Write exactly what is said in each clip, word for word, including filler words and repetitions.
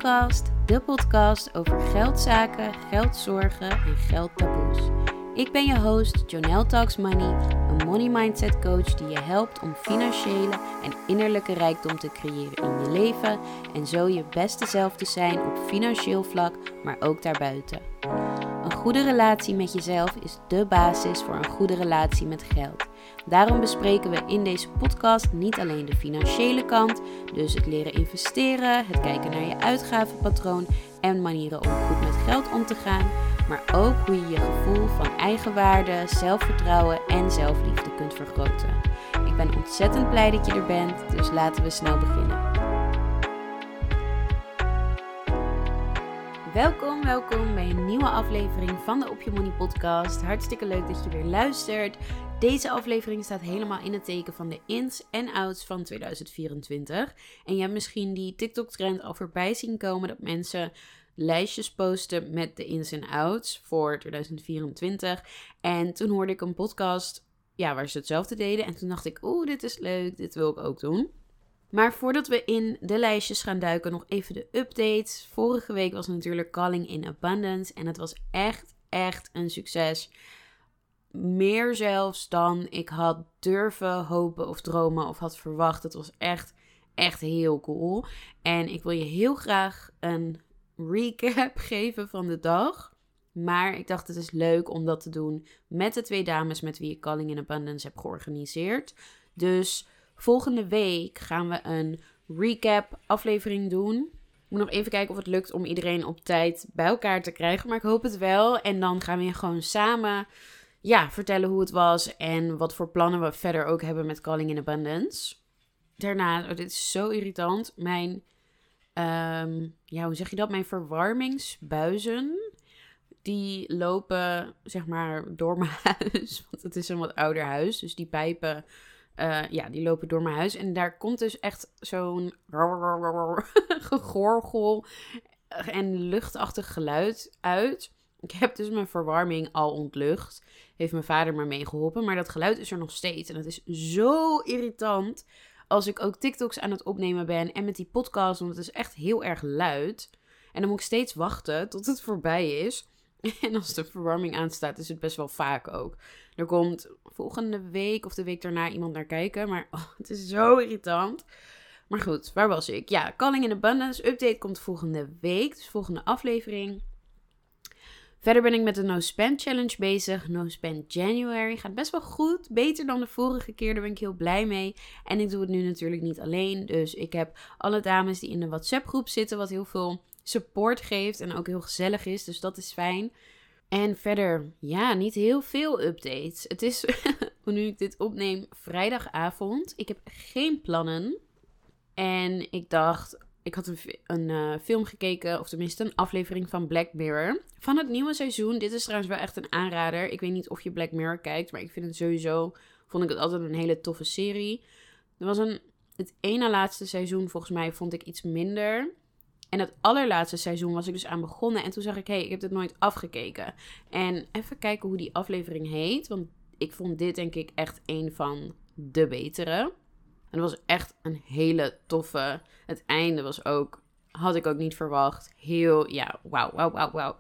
Moneycast, de podcast over geldzaken, geldzorgen en geldtaboes. Ik ben je host, Jonelle Talks Money, een money mindset coach die je helpt om financiële en innerlijke rijkdom te creëren in je leven en zo je beste zelf te zijn op financieel vlak, maar ook daarbuiten. Een goede relatie met jezelf is dé basis voor een goede relatie met geld. Daarom bespreken we in deze podcast niet alleen de financiële kant, dus het leren investeren, het kijken naar je uitgavenpatroon en manieren om goed met geld om te gaan, maar ook hoe je je gevoel van eigenwaarde, zelfvertrouwen en zelfliefde kunt vergroten. Ik ben ontzettend blij dat je er bent, dus laten we snel beginnen. Welkom, welkom bij een nieuwe aflevering van de Op Je Money podcast. Hartstikke leuk dat je weer luistert. Deze aflevering staat helemaal in het teken van de ins en outs van tweeduizend vierentwintig. En je hebt misschien die TikTok-trend al voorbij zien komen dat mensen lijstjes posten met de ins en outs voor tweeduizend vierentwintig. En toen hoorde ik een podcast ja, waar ze hetzelfde deden. En toen dacht ik, oeh, dit is leuk, dit wil ik ook doen. Maar voordat we in de lijstjes gaan duiken, nog even de updates. Vorige week was natuurlijk Calling in Abundance en het was echt, echt een succes. Meer zelfs dan ik had durven hopen of dromen of had verwacht. Het was echt, echt heel cool. En ik wil je heel graag een recap geven van de dag. Maar ik dacht het is leuk om dat te doen met de twee dames met wie ik Calling in Abundance heb georganiseerd. Dus volgende week gaan we een recap aflevering doen. Ik moet nog even kijken of het lukt om iedereen op tijd bij elkaar te krijgen. Maar ik hoop het wel. En dan gaan we gewoon samen ja, vertellen hoe het was. En wat voor plannen we verder ook hebben met Calling in Abundance. Daarna, oh, dit is zo irritant. Mijn, um, ja, hoe zeg je dat? Mijn verwarmingsbuizen. Die lopen zeg maar door mijn huis. Want het is een wat ouder huis. Dus die pijpen Uh, ja, die lopen door mijn huis. En daar komt dus echt zo'n gegorgel en luchtachtig geluid uit. Ik heb dus mijn verwarming al ontlucht. Heeft mijn vader me mee geholpen. Maar dat geluid is er nog steeds. En dat is zo irritant als ik ook TikToks aan het opnemen ben. En met die podcast, want het is echt heel erg luid. En dan moet ik steeds wachten tot het voorbij is. En als de verwarming aanstaat, is het best wel vaak ook. Er komt volgende week of de week daarna iemand naar kijken. Maar oh, het is zo irritant. Maar goed, waar was ik? Ja, Calling in Abundance update komt volgende week. Dus volgende aflevering. Verder ben ik met de No Spend Challenge bezig. No Spend January. Gaat best wel goed. Beter dan de vorige keer. Daar ben ik heel blij mee. En ik doe het nu natuurlijk niet alleen. Dus ik heb alle dames die in de WhatsApp groep zitten. Wat heel veel support geeft. En ook heel gezellig is. Dus dat is fijn. En verder, ja, niet heel veel updates. Het is, nu ik dit opneem, vrijdagavond. Ik heb geen plannen. En ik dacht, ik had een, een uh, film gekeken, of tenminste een aflevering van Black Mirror. Van het nieuwe seizoen. Dit is trouwens wel echt een aanrader. Ik weet niet of je Black Mirror kijkt, maar ik vind het sowieso, vond ik het altijd een hele toffe serie. Er was een, het ene laatste seizoen volgens mij vond ik iets minder. En het allerlaatste seizoen was ik dus aan begonnen. En toen zag ik, hé, hey, ik heb dit nooit afgekeken. En even kijken hoe die aflevering heet. Want ik vond dit denk ik echt een van de betere. En het was echt een hele toffe. Het einde was ook, had ik ook niet verwacht. Heel, ja, wauw, wauw, wauw, wauw.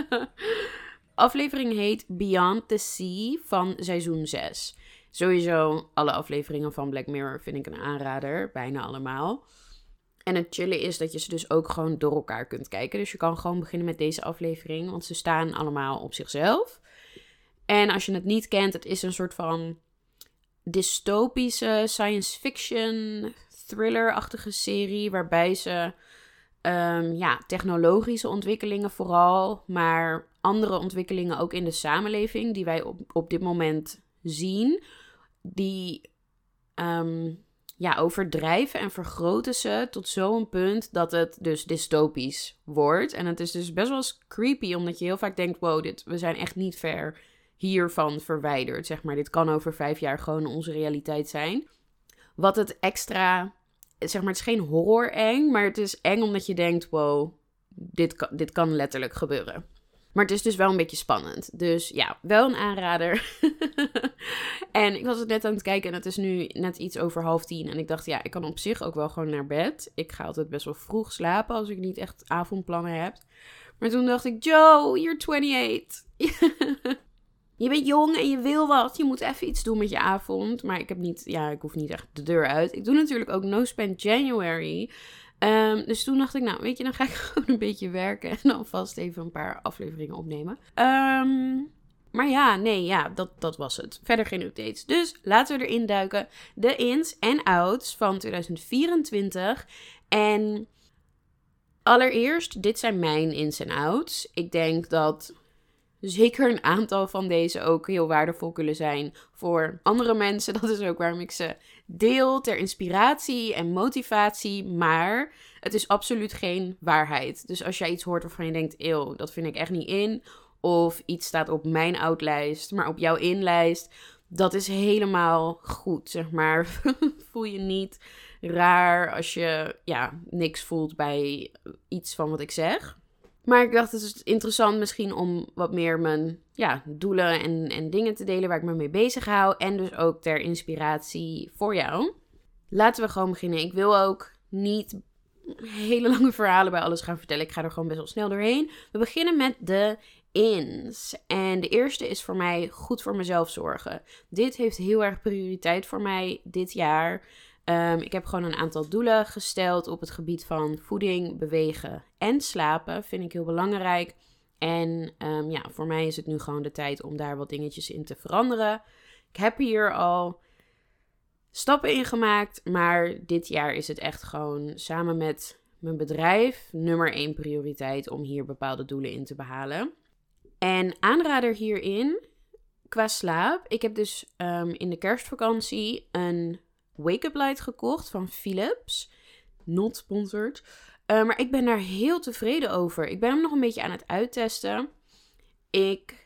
Aflevering heet Beyond the Sea van seizoen zes. Sowieso alle afleveringen van Black Mirror vind ik een aanrader. Bijna allemaal. En het chillen is dat je ze dus ook gewoon door elkaar kunt kijken. Dus je kan gewoon beginnen met deze aflevering. Want ze staan allemaal op zichzelf. En als je het niet kent, het is een soort van dystopische science fiction thriller-achtige serie. Waarbij ze um, ja, technologische ontwikkelingen vooral. Maar andere ontwikkelingen ook in de samenleving. Die wij op, op dit moment zien. Die Um, Ja, overdrijven en vergroten ze tot zo'n punt dat het dus dystopisch wordt. En het is dus best wel eens creepy, omdat je heel vaak denkt, wow, dit, we zijn echt niet ver hiervan verwijderd, zeg maar. Dit kan over vijf jaar gewoon onze realiteit zijn. Wat het extra, zeg maar, het is geen horror eng, maar het is eng omdat je denkt, wow, dit kan, dit kan letterlijk gebeuren. Maar het is dus wel een beetje spannend. Dus ja, wel een aanrader. En ik was het net aan het kijken en het is nu net iets over half tien. En ik dacht, ja, ik kan op zich ook wel gewoon naar bed. Ik ga altijd best wel vroeg slapen als ik niet echt avondplannen heb. Maar toen dacht ik, Joe, you're twenty-eight. Je bent jong en je wil wat. Je moet even iets doen met je avond. Maar ik heb niet, ja, ik hoef niet echt de deur uit. Ik doe natuurlijk ook No Spend January. Um, dus toen dacht ik, nou, weet je, dan ga ik gewoon een beetje werken. En dan vast even een paar afleveringen opnemen. Um, maar ja, nee, ja, dat, dat was het. Verder geen updates. Dus laten we erin duiken. De ins en outs van tweeduizend vierentwintig. En allereerst, dit zijn mijn ins en outs. Ik denk dat zeker een aantal van deze ook heel waardevol kunnen zijn voor andere mensen. Dat is ook waarom ik ze deel, ter inspiratie en motivatie. Maar het is absoluut geen waarheid. Dus als jij iets hoort waarvan je denkt, eeuw, dat vind ik echt niet in. Of iets staat op mijn outlijst, maar op jouw inlijst. Dat is helemaal goed, zeg maar. Voel je niet raar als je ja, niks voelt bij iets van wat ik zeg. Maar ik dacht, het is interessant misschien om wat meer mijn ja, doelen en, en dingen te delen waar ik me mee bezig hou. En dus ook ter inspiratie voor jou. Laten we gewoon beginnen. Ik wil ook niet hele lange verhalen bij alles gaan vertellen. Ik ga er gewoon best wel snel doorheen. We beginnen met de ins. En de eerste is voor mij goed voor mezelf zorgen. Dit heeft heel erg prioriteit voor mij dit jaar. Um, ik heb gewoon een aantal doelen gesteld op het gebied van voeding, bewegen en slapen. Vind ik heel belangrijk. En um, ja, voor mij is het nu gewoon de tijd om daar wat dingetjes in te veranderen. Ik heb hier al stappen in gemaakt, maar dit jaar is het echt gewoon samen met mijn bedrijf nummer één prioriteit om hier bepaalde doelen in te behalen. En aanrader hierin, qua slaap. Ik heb dus um, in de kerstvakantie een wake-up light gekocht van Philips. Not sponsored. Uh, maar ik ben daar heel tevreden over. Ik ben hem nog een beetje aan het uittesten. Ik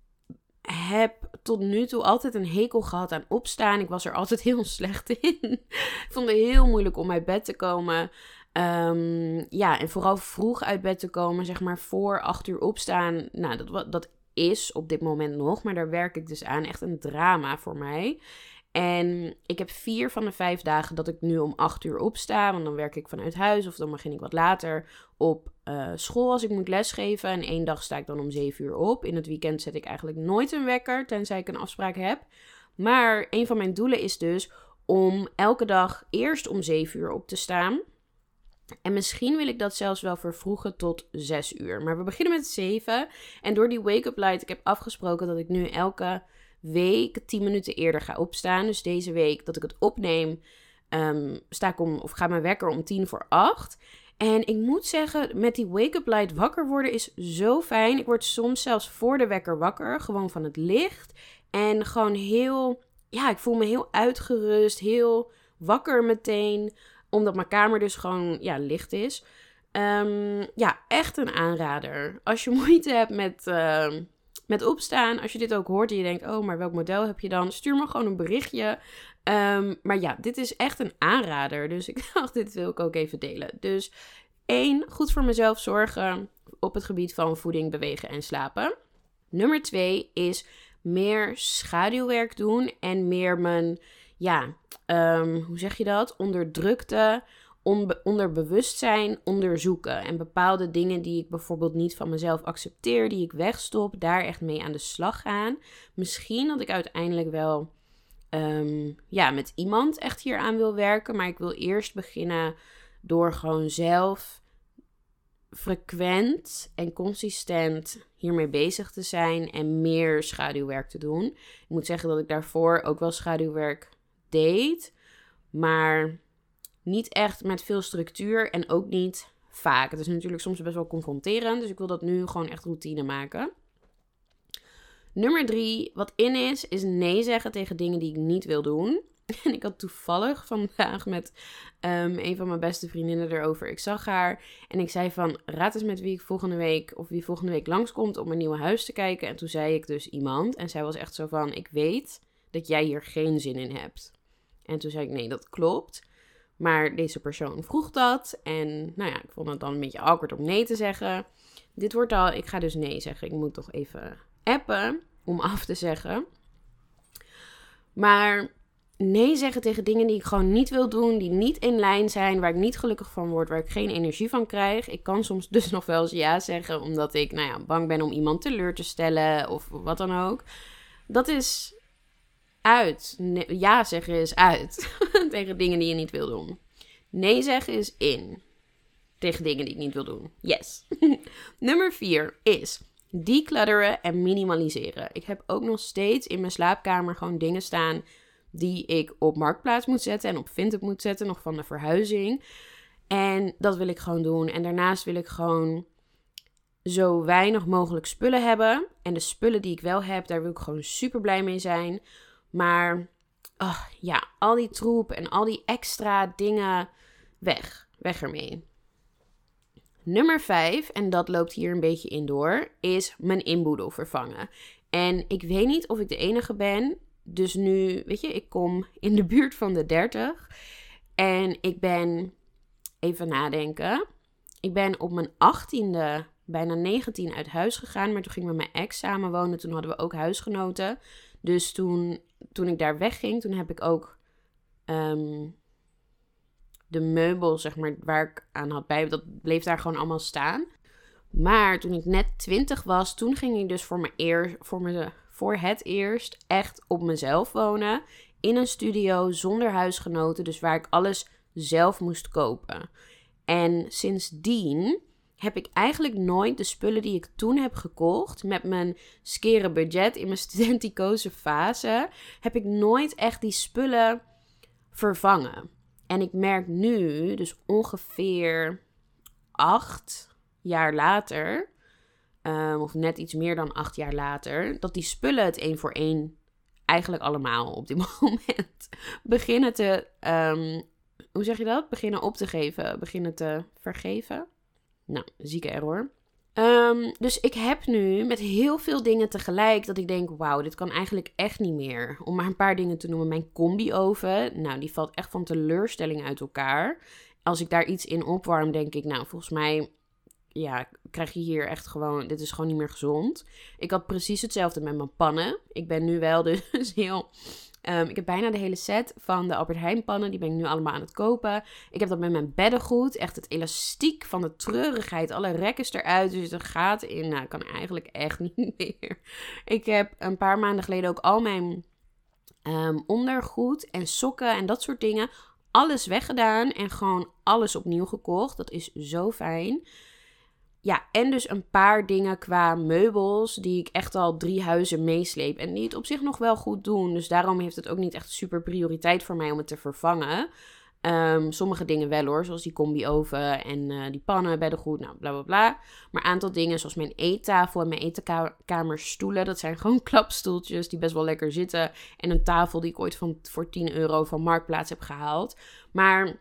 heb tot nu toe altijd een hekel gehad aan opstaan. Ik was er altijd heel slecht in. Ik vond het heel moeilijk om uit bed te komen. Um, ja, en vooral vroeg uit bed te komen, zeg maar voor acht uur opstaan. Nou, dat, dat is op dit moment nog, maar daar werk ik dus aan. Echt een drama voor mij. En ik heb vier van de vijf dagen dat ik nu om acht uur opsta. Want dan werk ik vanuit huis of dan begin ik wat later op uh, school als ik moet lesgeven. En één dag sta ik dan om zeven uur op. In het weekend zet ik eigenlijk nooit een wekker, tenzij ik een afspraak heb. Maar een van mijn doelen is dus om elke dag eerst om zeven uur op te staan. En misschien wil ik dat zelfs wel vervroegen tot zes uur. Maar we beginnen met zeven. En door die wake-up light, ik heb afgesproken dat ik nu elke week tien minuten eerder ga opstaan. Dus deze week dat ik het opneem, um, sta ik om, of ga mijn wekker om tien voor acht. En ik moet zeggen, met die wake-up light wakker worden is zo fijn. Ik word soms zelfs voor de wekker wakker, gewoon van het licht. En gewoon heel, ja, ik voel me heel uitgerust, heel wakker meteen. Omdat mijn kamer dus gewoon, ja, licht is. Um, ja, echt een aanrader. Als je moeite hebt met, uh, met opstaan, als je dit ook hoort en je denkt, oh, maar welk model heb je dan? Stuur me gewoon een berichtje. Um, maar ja, dit is echt een aanrader. Dus ik dacht, dit wil ik ook even delen. Dus één, goed voor mezelf zorgen op het gebied van voeding, bewegen en slapen. Nummer twee is meer schaduwwerk doen en meer mijn, ja, um, hoe zeg je dat? Onderdrukte, onbe- onderbewustzijn onderzoeken. En bepaalde dingen die ik bijvoorbeeld niet van mezelf accepteer, die ik wegstop, daar echt mee aan de slag gaan. Misschien dat ik uiteindelijk wel um, ja, met iemand echt hier aan wil werken, maar ik wil eerst beginnen door gewoon zelf frequent en consistent hiermee bezig te zijn en meer schaduwwerk te doen. Ik moet zeggen dat ik daarvoor ook wel schaduwwerk deed, maar niet echt met veel structuur en ook niet vaak. Het is natuurlijk soms best wel confronterend, dus ik wil dat nu gewoon echt routine maken. Nummer drie, wat in is, is nee zeggen tegen dingen die ik niet wil doen. En ik had toevallig vandaag met um, een van mijn beste vriendinnen erover. Ik zag haar en ik zei van, raad eens met wie ik volgende week of wie volgende week langskomt om mijn nieuwe huis te kijken. En toen zei ik dus iemand en zij was echt zo van, ik weet dat jij hier geen zin in hebt. En toen zei ik, nee, dat klopt. Maar deze persoon vroeg dat en nou ja, ik vond het dan een beetje awkward om nee te zeggen. dit wordt al, ik ga dus nee zeggen. Ik moet toch even appen om af te zeggen. Maar nee zeggen tegen dingen die ik gewoon niet wil doen, die niet in lijn zijn, waar ik niet gelukkig van word, waar ik geen energie van krijg. Ik kan soms dus nog wel eens ja zeggen, omdat ik nou ja, bang ben om iemand teleur te stellen of wat dan ook. Dat is uit. Nee, ja zeggen is uit tegen dingen die je niet wil doen. Nee zeggen is in tegen dingen die ik niet wil doen. Yes. Nummer vier is declutteren en minimaliseren. Ik heb ook nog steeds in mijn slaapkamer gewoon dingen staan die ik op Marktplaats moet zetten en op Vinted moet zetten, nog van de verhuizing. En dat wil ik gewoon doen. En daarnaast wil ik gewoon zo weinig mogelijk spullen hebben. En de spullen die ik wel heb, daar wil ik gewoon super blij mee zijn. Maar oh, ja, al die troep en al die extra dingen, weg. Weg ermee. Nummer vijf, en dat loopt hier een beetje in door, is mijn inboedel vervangen. En ik weet niet of ik de enige ben. Dus nu, weet je, ik kom in de buurt van de dertig. En ik ben, even nadenken. Ik ben op mijn achttiende, bijna negentien uit huis gegaan. Maar toen ging ik met mijn ex samenwonen. Toen hadden we ook huisgenoten. Dus toen, toen ik daar wegging, toen heb ik ook um, de meubel, zeg maar, waar ik aan had bij, dat bleef daar gewoon allemaal staan. Maar toen ik net twintig was, toen ging ik dus voor, mijn eer, voor, mijn, voor het eerst echt op mezelf wonen. In een studio, zonder huisgenoten, dus waar ik alles zelf moest kopen. En sindsdien heb ik eigenlijk nooit de spullen die ik toen heb gekocht, met mijn skere budget in mijn studenticoze fase, heb ik nooit echt die spullen vervangen. En ik merk nu, dus ongeveer acht jaar later, um, of net iets meer dan acht jaar later, dat die spullen het één voor één eigenlijk allemaal op dit moment beginnen te, um, hoe zeg je dat? Beginnen op te geven, beginnen te vergeven. Nou, zieke error. Um, dus ik heb nu met heel veel dingen tegelijk dat ik denk, wauw, dit kan eigenlijk echt niet meer. Om maar een paar dingen te noemen. Mijn combi-oven, nou, die valt echt van teleurstelling uit elkaar. Als ik daar iets in opwarm, denk ik, nou, volgens mij, ja, krijg je hier echt gewoon, dit is gewoon niet meer gezond. Ik had precies hetzelfde met mijn pannen. Ik ben nu wel dus heel... Um, ik heb bijna de hele set van de Albert Heijn pannen. Die ben ik nu allemaal aan het kopen. Ik heb dat met mijn beddengoed. Echt het elastiek van de treurigheid. Alle rekken eruit. Dus er gaat in. Nou, kan eigenlijk echt niet meer. Ik heb een paar maanden geleden ook al mijn um, ondergoed en sokken en dat soort dingen. Alles weggedaan. En gewoon alles opnieuw gekocht. Dat is zo fijn. Ja, en dus een paar dingen qua meubels die ik echt al drie huizen meesleep. En die het op zich nog wel goed doen. Dus daarom heeft het ook niet echt super prioriteit voor mij om het te vervangen. Um, sommige dingen wel hoor, zoals die combi-oven en uh, die pannen, beddengoed, nou bla bla bla. Maar een aantal dingen zoals mijn eettafel en mijn eetkamerstoelen. Dat zijn gewoon klapstoeltjes die best wel lekker zitten. En een tafel die ik ooit van, voor tien euro van Marktplaats heb gehaald. Maar...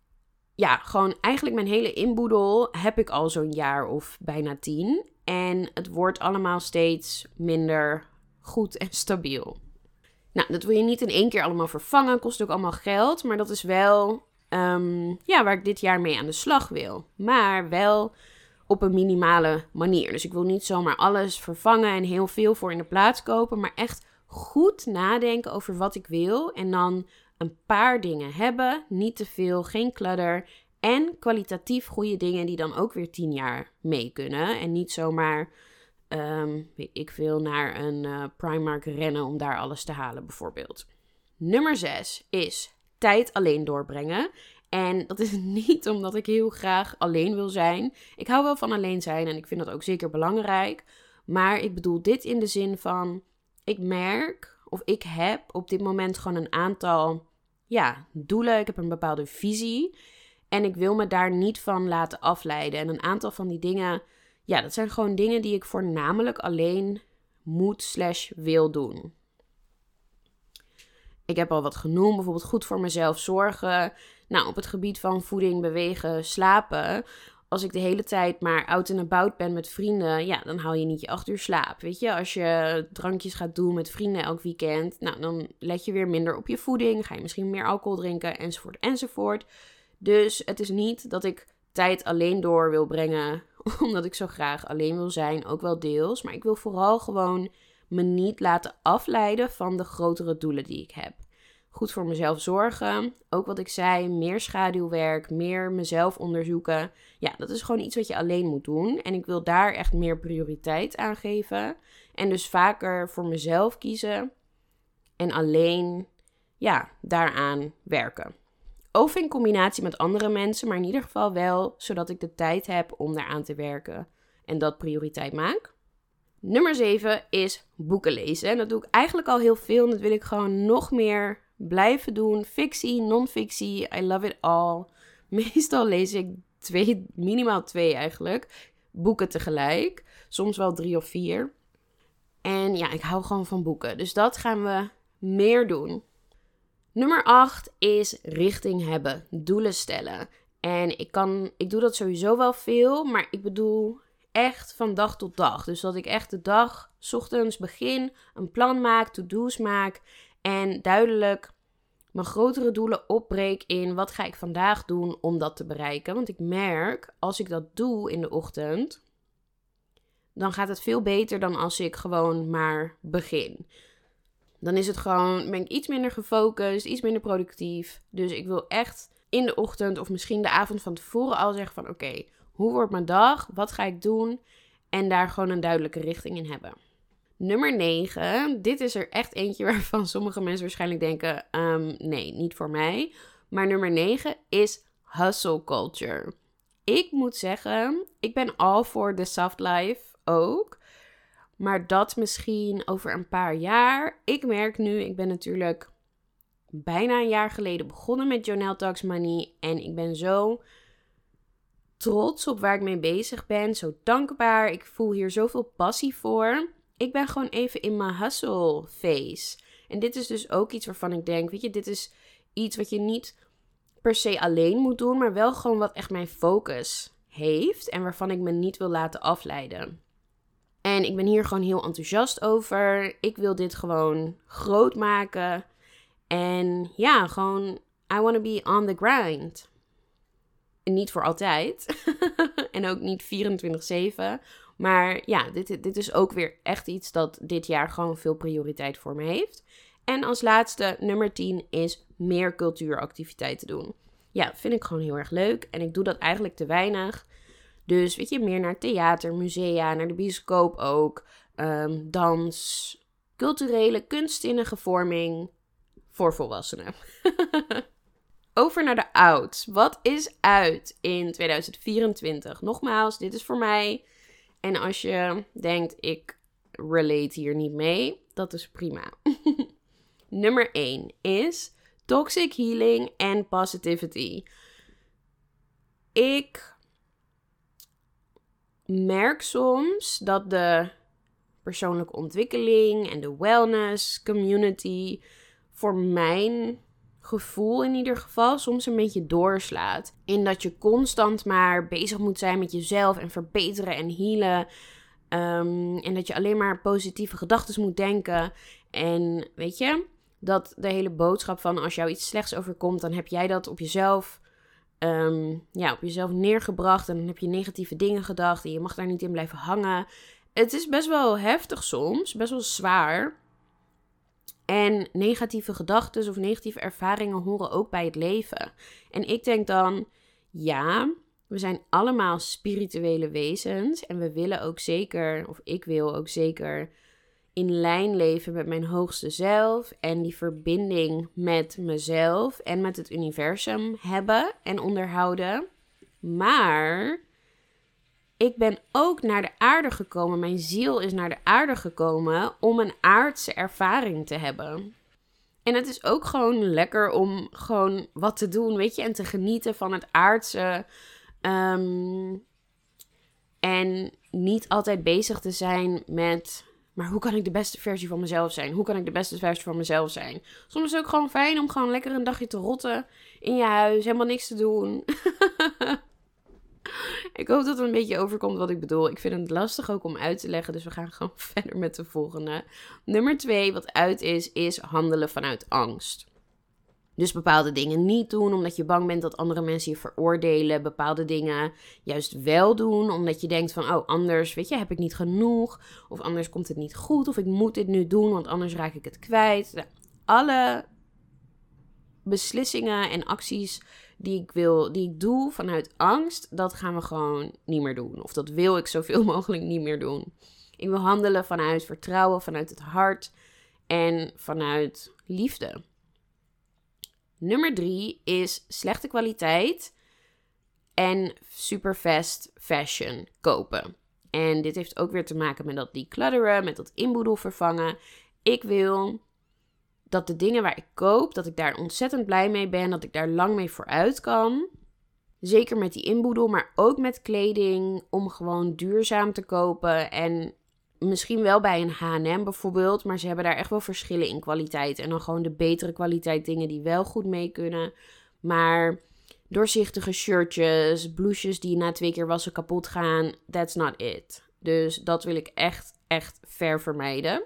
ja, gewoon eigenlijk mijn hele inboedel heb ik al zo'n jaar of bijna tien. En het wordt allemaal steeds minder goed en stabiel. Nou, dat wil je niet in één keer allemaal vervangen. Kost ook allemaal geld. Maar dat is wel um, ja, waar ik dit jaar mee aan de slag wil. Maar wel op een minimale manier. Dus ik wil niet zomaar alles vervangen en heel veel voor in de plaats kopen. Maar echt goed nadenken over wat ik wil. En dan een paar dingen hebben, niet te veel, geen clutter en kwalitatief goede dingen die dan ook weer tien jaar mee kunnen. En niet zomaar, um, weet ik veel, naar een uh, Primark rennen om daar alles te halen bijvoorbeeld. Nummer zes is tijd alleen doorbrengen. En dat is niet omdat ik heel graag alleen wil zijn. Ik hou wel van alleen zijn en ik vind dat ook zeker belangrijk. Maar ik bedoel dit in de zin van, ik merk of ik heb op dit moment gewoon een aantal ja, doelen. Ik heb een bepaalde visie en ik wil me daar niet van laten afleiden. En een aantal van die dingen, ja, dat zijn gewoon dingen die ik voornamelijk alleen moet slash wil doen. Ik heb al wat genoemd, bijvoorbeeld goed voor mezelf zorgen. Nou, op het gebied van voeding, bewegen, slapen. Als ik de hele tijd maar out and about ben met vrienden, ja, dan haal je niet je acht uur slaap. Weet je, als je drankjes gaat doen met vrienden elk weekend, nou, dan let je weer minder op je voeding. Ga je misschien meer alcohol drinken, enzovoort, enzovoort. Dus het is niet dat ik tijd alleen door wil brengen omdat ik zo graag alleen wil zijn, ook wel deels. Maar ik wil vooral gewoon me niet laten afleiden van de grotere doelen die ik heb. Goed voor mezelf zorgen. Ook wat ik zei, meer schaduwwerk, meer mezelf onderzoeken. Ja, dat is gewoon iets wat je alleen moet doen. En ik wil daar echt meer prioriteit aan geven. En dus vaker voor mezelf kiezen. En alleen, ja, daaraan werken. Of in combinatie met andere mensen, maar in ieder geval wel zodat ik de tijd heb om daaraan te werken. En dat prioriteit maak. Nummer zeven is boeken lezen. En dat doe ik eigenlijk al heel veel. En dat wil ik gewoon nog meer blijven doen. Fictie, non-fictie, I love it all. Meestal lees ik twee, minimaal twee eigenlijk, boeken tegelijk. Soms wel drie of vier. En ja, ik hou gewoon van boeken. Dus dat gaan we meer doen. Nummer acht is richting hebben. Doelen stellen. En ik, kan, ik doe dat sowieso wel veel, maar ik bedoel echt van dag tot dag. Dus dat ik echt de dag, 's ochtends begin, een plan maak, to-do's maak. En duidelijk mijn grotere doelen opbreek in wat ga ik vandaag doen om dat te bereiken. Want ik merk, als ik dat doe in de ochtend, dan gaat het veel beter dan als ik gewoon maar begin. Dan is het gewoon, ben ik iets minder gefocust, iets minder productief. Dus ik wil echt in de ochtend of misschien de avond van tevoren al zeggen van oké, okay, hoe wordt mijn dag? Wat ga ik doen? En daar gewoon een duidelijke richting in hebben. Nummer negen. Dit is er echt eentje waarvan sommige mensen waarschijnlijk denken, um, nee, niet voor mij. Maar nummer negen is hustle culture. Ik moet zeggen, ik ben al voor de soft life ook. Maar dat misschien over een paar jaar. Ik merk nu, ik ben natuurlijk bijna een jaar geleden begonnen met Jonelle Talks Money. En ik ben zo trots op waar ik mee bezig ben. Zo dankbaar. Ik voel hier zoveel passie voor. Ik ben gewoon even in mijn hustle phase. En dit is dus ook iets waarvan ik denk, weet je, dit is iets wat je niet per se alleen moet doen. Maar wel gewoon wat echt mijn focus heeft. En waarvan ik me niet wil laten afleiden. En ik ben hier gewoon heel enthousiast over. Ik wil dit gewoon groot maken. En ja, gewoon, I want to be on the grind. En niet voor altijd. En ook niet vierentwintig zeven. Maar ja, dit, dit is ook weer echt iets dat dit jaar gewoon veel prioriteit voor me heeft. En als laatste, nummer tien, is meer cultuuractiviteiten doen. Ja, vind ik gewoon heel erg leuk. En ik doe dat eigenlijk te weinig. Dus weet je, meer naar theater, musea, naar de bioscoop ook. Um, dans, culturele, kunstzinnige vorming voor volwassenen. Over naar de ouds. Wat is uit in tweeduizend vierentwintig? Nogmaals, dit is voor mij. En als je denkt, ik relate hier niet mee, dat is prima. Nummer één is toxic healing en positivity. Ik merk soms dat de persoonlijke ontwikkeling en de wellness community voor mijn gevoel in ieder geval soms een beetje doorslaat. In dat je constant maar bezig moet zijn met jezelf en verbeteren en healen. Um, en dat je alleen maar positieve gedachten moet denken. En weet je, dat de hele boodschap van als jou iets slechts overkomt, dan heb jij dat op jezelf, um, ja, op jezelf neergebracht. En dan heb je negatieve dingen gedacht en je mag daar niet in blijven hangen. Het is best wel heftig soms, best wel zwaar. En negatieve gedachten of negatieve ervaringen horen ook bij het leven. En ik denk dan, ja, we zijn allemaal spirituele wezens. En we willen ook zeker, of ik wil ook zeker, in lijn leven met mijn hoogste zelf. En die verbinding met mezelf en met het universum hebben en onderhouden. Maar ik ben ook naar de aarde gekomen. Mijn ziel is naar de aarde gekomen om een aardse ervaring te hebben. En het is ook gewoon lekker om gewoon wat te doen, weet je. En te genieten van het aardse. Um, en niet altijd bezig te zijn met, maar hoe kan ik de beste versie van mezelf zijn? Hoe kan ik de beste versie van mezelf zijn? Soms is het ook gewoon fijn om gewoon lekker een dagje te rotten in je huis. Helemaal niks te doen. Ik hoop dat het een beetje overkomt wat ik bedoel. Ik vind het lastig ook om uit te leggen, dus we gaan gewoon verder met de volgende. Nummer twee, wat uit is, is handelen vanuit angst. Dus bepaalde dingen niet doen omdat je bang bent dat andere mensen je veroordelen. Bepaalde dingen juist wel doen omdat je denkt van, oh, anders, weet je, heb ik niet genoeg. Of anders komt het niet goed. Of ik moet dit nu doen, want anders raak ik het kwijt. Nou, alle beslissingen en acties die ik wil, die ik doe vanuit angst, dat gaan we gewoon niet meer doen. Of dat wil ik zoveel mogelijk niet meer doen. Ik wil handelen vanuit vertrouwen, vanuit het hart en vanuit liefde. Nummer drie is slechte kwaliteit en super fast fashion kopen. En dit heeft ook weer te maken met dat declutteren, met dat inboedel vervangen. Ik wil dat de dingen waar ik koop, dat ik daar ontzettend blij mee ben, dat ik daar lang mee vooruit kan. Zeker met die inboedel, maar ook met kleding, om gewoon duurzaam te kopen. En misschien wel bij een H en M bijvoorbeeld, maar ze hebben daar echt wel verschillen in kwaliteit. En dan gewoon de betere kwaliteit dingen die wel goed mee kunnen. Maar doorzichtige shirtjes, blouses die na twee keer wassen kapot gaan, that's not it. Dus dat wil ik echt, echt ver vermijden.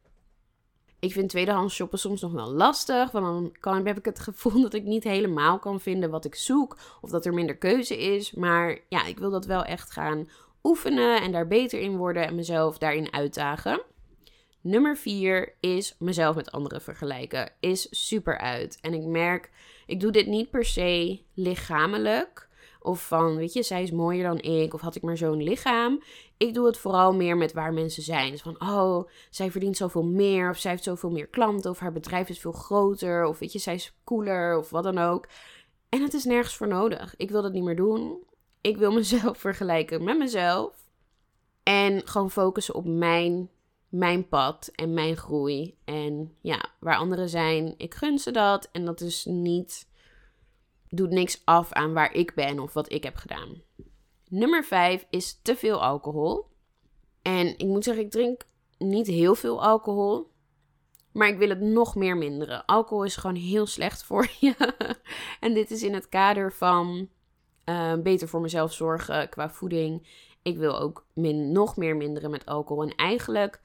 Ik vind tweedehands shoppen soms nog wel lastig, want dan kan, heb ik het gevoel dat ik niet helemaal kan vinden wat ik zoek. Of dat er minder keuze is. Maar ja, ik wil dat wel echt gaan oefenen en daar beter in worden en mezelf daarin uitdagen. Nummer vier is mezelf met anderen vergelijken. Is super uit. En ik merk, ik doe dit niet per se lichamelijk. Of van, weet je, zij is mooier dan ik. Of had ik maar zo'n lichaam. Ik doe het vooral meer met waar mensen zijn. Dus van, oh, zij verdient zoveel meer. Of zij heeft zoveel meer klanten. Of haar bedrijf is veel groter. Of weet je, zij is cooler. Of wat dan ook. En het is nergens voor nodig. Ik wil dat niet meer doen. Ik wil mezelf vergelijken met mezelf. En gewoon focussen op mijn, mijn pad en mijn groei. En ja, waar anderen zijn, ik gun ze dat. En dat is niet, doet niks af aan waar ik ben of wat ik heb gedaan. Nummer vijf is te veel alcohol. En ik moet zeggen, ik drink niet heel veel alcohol. Maar ik wil het nog meer minderen. Alcohol is gewoon heel slecht voor je. En dit is in het kader van uh, beter voor mezelf zorgen qua voeding. Ik wil ook min, nog meer minderen met alcohol. En eigenlijk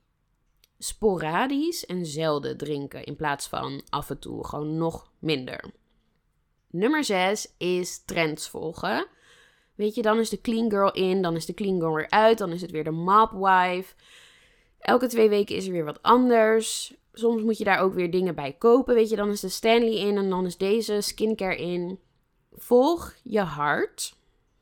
sporadisch en zelden drinken in plaats van af en toe. Gewoon nog minder. Nummer zes is trends volgen. Weet je, dan is de clean girl in, dan is de clean girl weer uit, dan is het weer de mop wife. Elke twee weken is er weer wat anders. Soms moet je daar ook weer dingen bij kopen. Weet je, dan is de Stanley in en dan is deze skincare in. Volg je hart.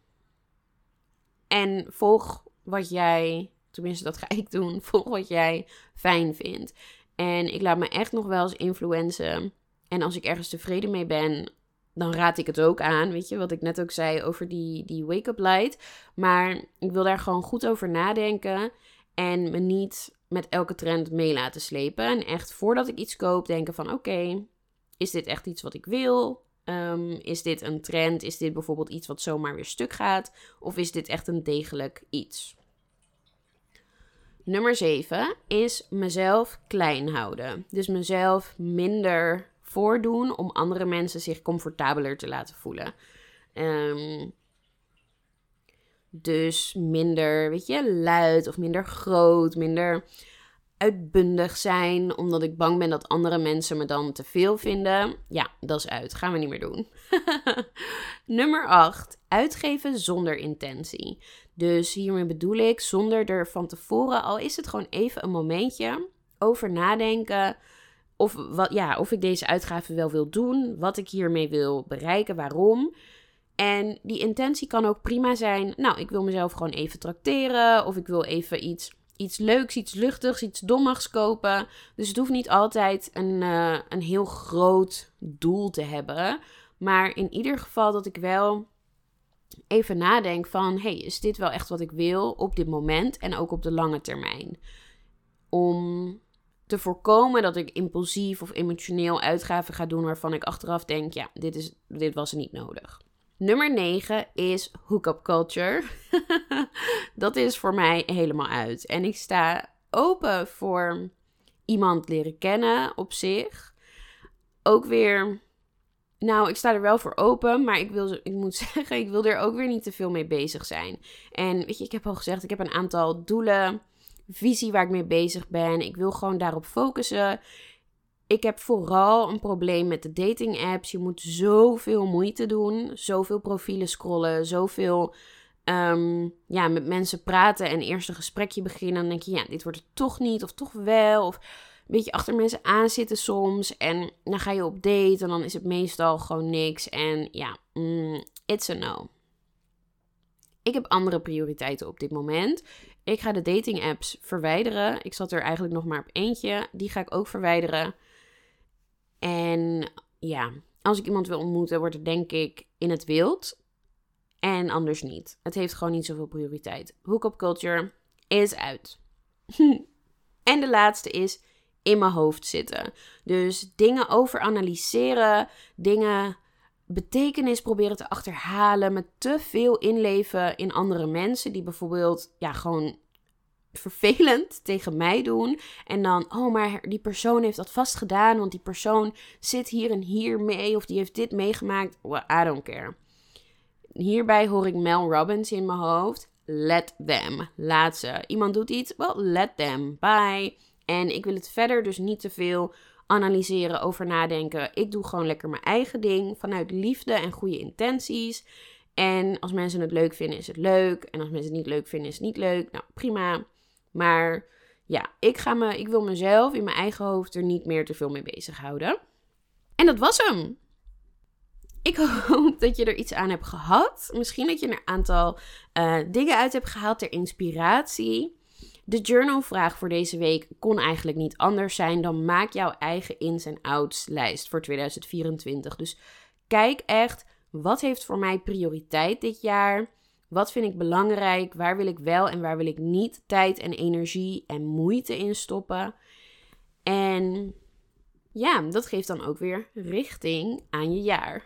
En volg wat jij, tenminste dat ga ik doen, volg wat jij fijn vindt. En ik laat me echt nog wel eens influencen. En als ik ergens tevreden mee ben, dan raad ik het ook aan. Weet je, wat ik net ook zei over die, die wake-up light. Maar ik wil daar gewoon goed over nadenken. En me niet met elke trend mee laten slepen. En echt voordat ik iets koop denken van oké, okay, is dit echt iets wat ik wil? Um, is dit een trend? Is dit bijvoorbeeld iets wat zomaar weer stuk gaat? Of is dit echt een degelijk iets? Nummer zeven is mezelf klein houden. Dus mezelf minder voordoen om andere mensen zich comfortabeler te laten voelen. Um, dus minder, weet je, luid of minder groot, minder uitbundig zijn, omdat ik bang ben dat andere mensen me dan te veel vinden. Ja, dat is uit. Gaan we niet meer doen. Nummer acht. Uitgeven zonder intentie. Dus hiermee bedoel ik zonder er van tevoren, al is het gewoon even een momentje, over nadenken of, wat, ja, of ik deze uitgave wel wil doen, wat ik hiermee wil bereiken, waarom. En die intentie kan ook prima zijn, nou, ik wil mezelf gewoon even trakteren, of ik wil even iets, iets leuks, iets luchtigs, iets dommigs kopen. Dus het hoeft niet altijd een, uh, een heel groot doel te hebben. Maar in ieder geval dat ik wel even nadenk van, hey, is dit wel echt wat ik wil op dit moment en ook op de lange termijn? Om te voorkomen dat ik impulsief of emotioneel uitgaven ga doen waarvan ik achteraf denk, ja, dit, is, dit was niet nodig. Nummer negen is hookup culture. Dat is voor mij helemaal uit. En ik sta open voor iemand leren kennen op zich. Ook weer, nou, ik sta er wel voor open, maar ik, wil, ik moet zeggen, ik wil er ook weer niet te veel mee bezig zijn. En weet je, ik heb al gezegd, ik heb een aantal doelen, visie waar ik mee bezig ben. Ik wil gewoon daarop focussen. ik heb vooral een probleem met de dating apps. Je moet zoveel moeite doen, zoveel profielen scrollen, zoveel um, ja, met mensen praten en eerst een gesprekje beginnen. Dan denk je, ja, dit wordt het toch niet of toch wel. Of een beetje achter mensen aanzitten soms. En dan ga je op date en dan is het meestal gewoon niks. En ja, mm, it's a no. Ik heb andere prioriteiten op dit moment. Ik ga de dating apps verwijderen. Ik zat er eigenlijk nog maar op eentje. Die ga ik ook verwijderen. En ja, als ik iemand wil ontmoeten, wordt het denk ik in het wild. En anders niet. Het heeft gewoon niet zoveel prioriteit. Hookup culture is uit. En de laatste is in mijn hoofd zitten. Dus dingen overanalyseren, dingen betekenis proberen te achterhalen, met te veel inleven in andere mensen die bijvoorbeeld ja gewoon vervelend tegen mij doen. En dan, oh, maar die persoon heeft dat vast gedaan, want die persoon zit hier en hier mee, of die heeft dit meegemaakt. Well, I don't care. Hierbij hoor ik Mel Robbins in mijn hoofd. Let them. Laat ze. Iemand doet iets, well, let them. Bye. En ik wil het verder dus niet te veel analyseren, over nadenken. Ik doe gewoon lekker mijn eigen ding, vanuit liefde en goede intenties. En als mensen het leuk vinden, is het leuk. En als mensen het niet leuk vinden, is het niet leuk. Nou, prima. Maar ja, ik, ga me, ik wil mezelf in mijn eigen hoofd er niet meer te veel mee bezighouden. En dat was hem. Ik hoop dat je er iets aan hebt gehad. Misschien dat je er een aantal uh, dingen uit hebt gehaald ter inspiratie. De journalvraag voor deze week kon eigenlijk niet anders zijn dan maak jouw eigen ins en outs lijst voor tweeduizend vierentwintig. Dus kijk echt, wat heeft voor mij prioriteit dit jaar? Wat vind ik belangrijk? Waar wil ik wel en waar wil ik niet tijd en energie en moeite in stoppen? En ja, dat geeft dan ook weer richting aan je jaar.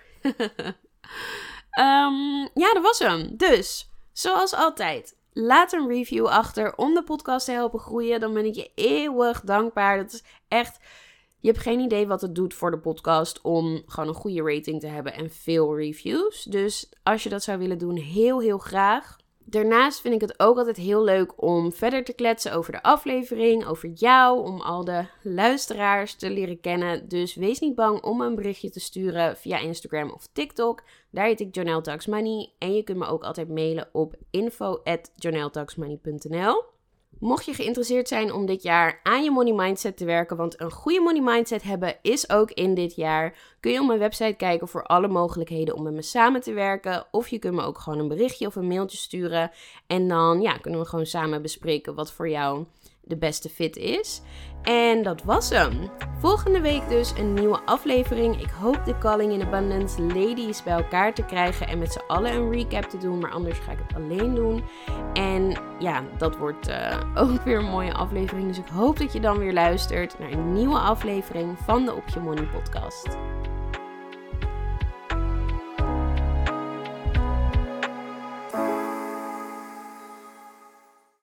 um, ja, dat was hem. Dus, zoals altijd, laat een review achter om de podcast te helpen groeien. Dan ben ik je eeuwig dankbaar. Dat is echt, je hebt geen idee wat het doet voor de podcast om gewoon een goede rating te hebben en veel reviews. Dus als je dat zou willen doen, heel heel graag. Daarnaast vind ik het ook altijd heel leuk om verder te kletsen over de aflevering, over jou, om al de luisteraars te leren kennen. Dus wees niet bang om een berichtje te sturen via Instagram of TikTok. Daar heet ik Janelle Talks Money. En je kunt me ook altijd mailen op info at janelle talks money punt n l. Mocht je geïnteresseerd zijn om dit jaar aan je money mindset te werken, want een goede money mindset hebben is ook in dit jaar, kun je op mijn website kijken voor alle mogelijkheden om met me samen te werken. Of je kunt me ook gewoon een berichtje of een mailtje sturen. En dan ja, kunnen we gewoon samen bespreken wat voor jou de beste fit is. En dat was hem. Volgende week dus een nieuwe aflevering. Ik hoop de Calling in Abundance ladies bij elkaar te krijgen en met z'n allen een recap te doen. Maar anders ga ik het alleen doen. En ja, dat wordt uh, ook weer een mooie aflevering. Dus ik hoop dat je dan weer luistert naar een nieuwe aflevering van de Op Je Money podcast.